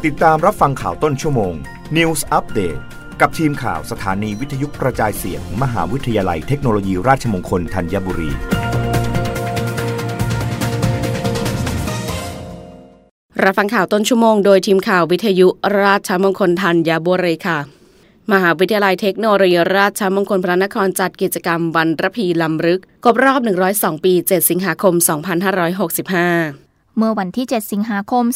ติดตามรับฟังข่าวต้นชั่วโมง News Update กับทีมข่าวสถานีวิทยุกระจายเสียง มหาวิทยาลัยเทคโนโลยีราชมงคลธัญบุรีรับฟังข่าวต้นชั่วโมงโดยทีมข่าววิทยุราชมงคลธัญบุรีค่ะมหาวิทยาลัยเทคโนโลยีราชมงคลพระนครจัดกิจกรรมวันระพีล้ำลึกครบรอบ102ปี7สิงหาคม2565เมื่อวันที่7สิงหาคม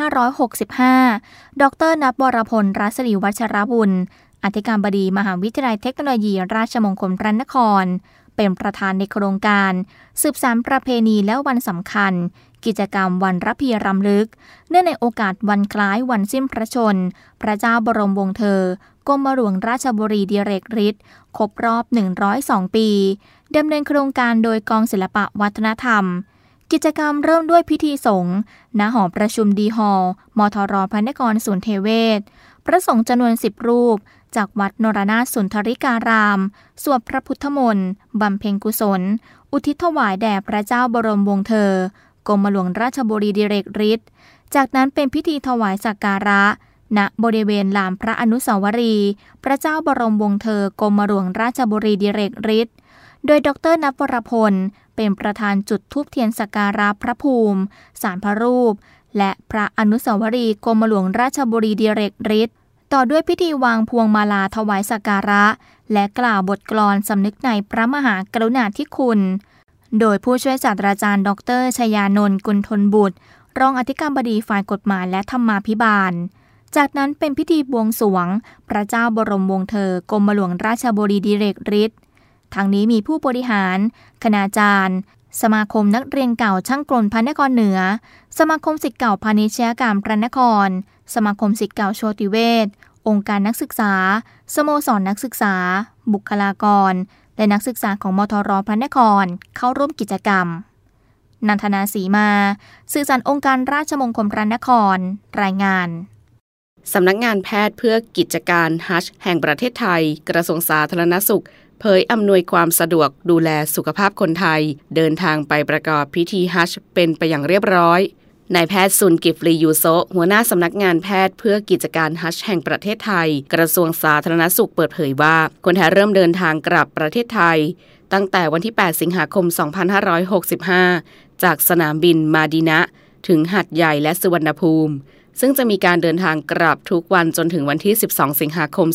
2565ดร.ณัฐ วรพล รัศรีวัชรบุญอธิการบดีมหาวิทยาลัยเทคโนโลยีราชมงคลพระนครเป็นประธานในโครงการสืบสานประเพณีและวันสำคัญกิจกรรมวันระพีรำลึกเนื่องในโอกาสวันคล้ายวันสิ้นพระชนม์พระเจ้าบรมวงศ์เธอกรมหลวงราชบุรีดิเรกฤทธิ์ครบรอบ102ปีดำเนินโครงการโดยกองศิลปวัฒนธรรมกิจกรรมเริ่มด้วยพิธีสงฆ์ณหอประชุมดีฮอลล์มทร.พระนครศูนย์เทเวศพระสงฆ์จำนวน10รูปจากวัดนรนาถสุนทริการามสวดพระพุทธมนต์บำเพ็ญกุศลอุทิศถวายแด่พระเจ้าบรมวงศ์เธอกรมหลวงราชบุรีดิเรกฤทธิ์จากนั้นเป็นพิธีถวายสักการะณบริเวณลานพระอนุสาวรีย์พระเจ้าบรมวงศ์เธอกรมหลวงราชบุรีดิเรกฤทธิ์โดยดร.ณัฐ วรพลเป็นประธานจุดธูปเทียนสักการะพระภูมิศาลพระรูปและพระอนุสาวรีย์กรมหลวงราชบุรีดิเรกฤทธิ์ต่อด้วยพิธีวางพวงมาลาถวายสักการะและกล่าวบทกลอนสำนึกในพระมหากรุณาธิคุณโดยผู้ช่วยศาสตราจารย์ดร.ชยานนท์ กุลทนบุตรรองอธิการบดีฝ่ายกฎหมายและธรรมาภิบาลจากนั้นเป็นพิธีบวงสรวงพระเจ้าบรมวงศ์เธอกรมหลวงราชบุรีดิเรกฤทธิ์ทางนี้มีผู้บริหารคณาจารย์สมาคมนักเรียนเก่าช่างกลพระนครเหนือสมาคมศิษย์เก่าพาณิชยการพระนครสมาคมศิษย์เก่าโชติเวชองค์การนักศึกษาสโมสรนักศึกษาบุคลากรและนักศึกษาของมทร.พระนครเข้าร่วมกิจกรรมนันทนาศรีมาสื่อสารองค์การราชมงคลพระนครรายงานสำนักงานแพทย์เพื่อกิจการฮัชแห่งประเทศไทยกระทรวงสาธารณสุขเผยอำนวยความสะดวกดูแลสุขภาพคนไทยเดินทางไปประกอบพิธีฮัชเป็นไปอย่างเรียบร้อยนายแพทย์ซุนกิฟลียูโซหัวหน้าสำนักงานแพทย์เพื่อกิจการฮัชแห่งประเทศไทยกระทรวงสาธารณสุขเปิดเผยว่าคนไทยเริ่มเดินทางกลับประเทศไทยตั้งแต่วันที่8สิงหาคม2565จากสนามบินมาดีนะถึงหาดใหญ่และสุวรรณภูมิซึ่งจะมีการเดินทางกลับทุกวันจนถึงวันที่12สิงหาคม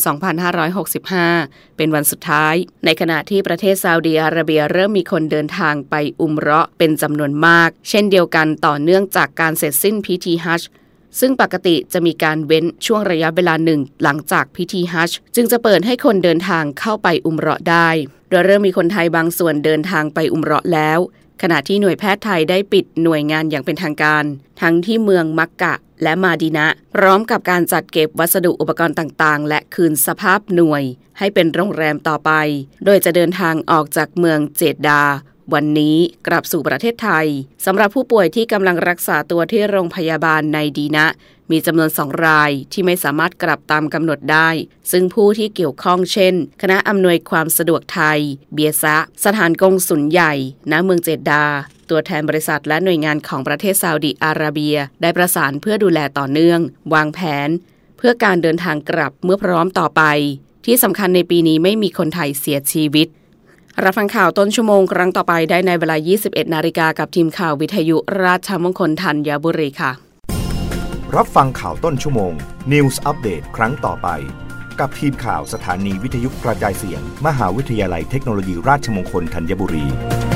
2565เป็นวันสุดท้ายในขณะที่ประเทศซาอุดิอาระเบียเริ่มมีคนเดินทางไปอุมเราะห์เป็นจำนวนมากเช่นเดียวกันต่อเนื่องจากการเสร็จสิ้นพิธีฮัจญ์ซึ่งปกติจะมีการเว้นช่วงระยะเวลาหนึ่งหลังจากพิธีฮัจญ์จึงจะเปิดให้คนเดินทางเข้าไปอุมเราะห์ได้โดยเริ่มมีคนไทยบางส่วนเดินทางไปอุมเราะห์แล้วขณะที่หน่วยแพทย์ไทยได้ปิดหน่วยงานอย่างเป็นทางการทั้งที่เมืองมักกะและมาดีนะพร้อมกับการจัดเก็บวัสดุอุปกรณ์ต่างๆและคืนสภาพหน่วยให้เป็นโรงแรมต่อไปโดยจะเดินทางออกจากเมืองเจดดาวันนี้กลับสู่ประเทศไทยสำหรับผู้ป่วยที่กำลังรักษาตัวที่โรงพยาบาลในดีนะมีจำนวน2รายที่ไม่สามารถกลับตามกำหนดได้ซึ่งผู้ที่เกี่ยวข้องเช่นคณะอำนวยความสะดวกไทยเบียซะสถานกงสุลใหญ่ณเมืองเจดดาตัวแทนบริษัทและหน่วยงานของประเทศซาอุดิอาระเบียได้ประสานเพื่อดูแลต่อเนื่องวางแผนเพื่อการเดินทางกลับเมื่อพร้อมต่อไปที่สำคัญในปีนี้ไม่มีคนไทยเสียชีวิตรับฟังข่าวต้นชั่วโมงครั้งต่อไปได้ในเวลา 21:00 น.กับทีมข่าววิทยุราชมงคลธัญบุรีค่ะรับฟังข่าวต้นชั่วโมง News Update ครั้งต่อไปกับทีมข่าวสถานีวิทยุกระจายเสียงมหาวิทยาลัยเทคโนโลยีราชมงคลธัญบุรี